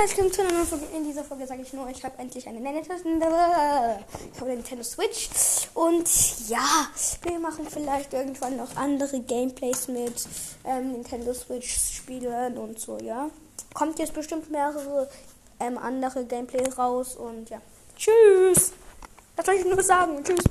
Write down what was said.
es klingt zu in dieser Folge sage ich nur, ich habe endlich eine Nintendo Switch. Und ja, wir machen vielleicht irgendwann noch andere Gameplays mit Nintendo Switch Spielen und so, ja. Kommt jetzt bestimmt mehrere andere Gameplays raus und ja. Tschüss! Das soll ich nur sagen. Tschüss.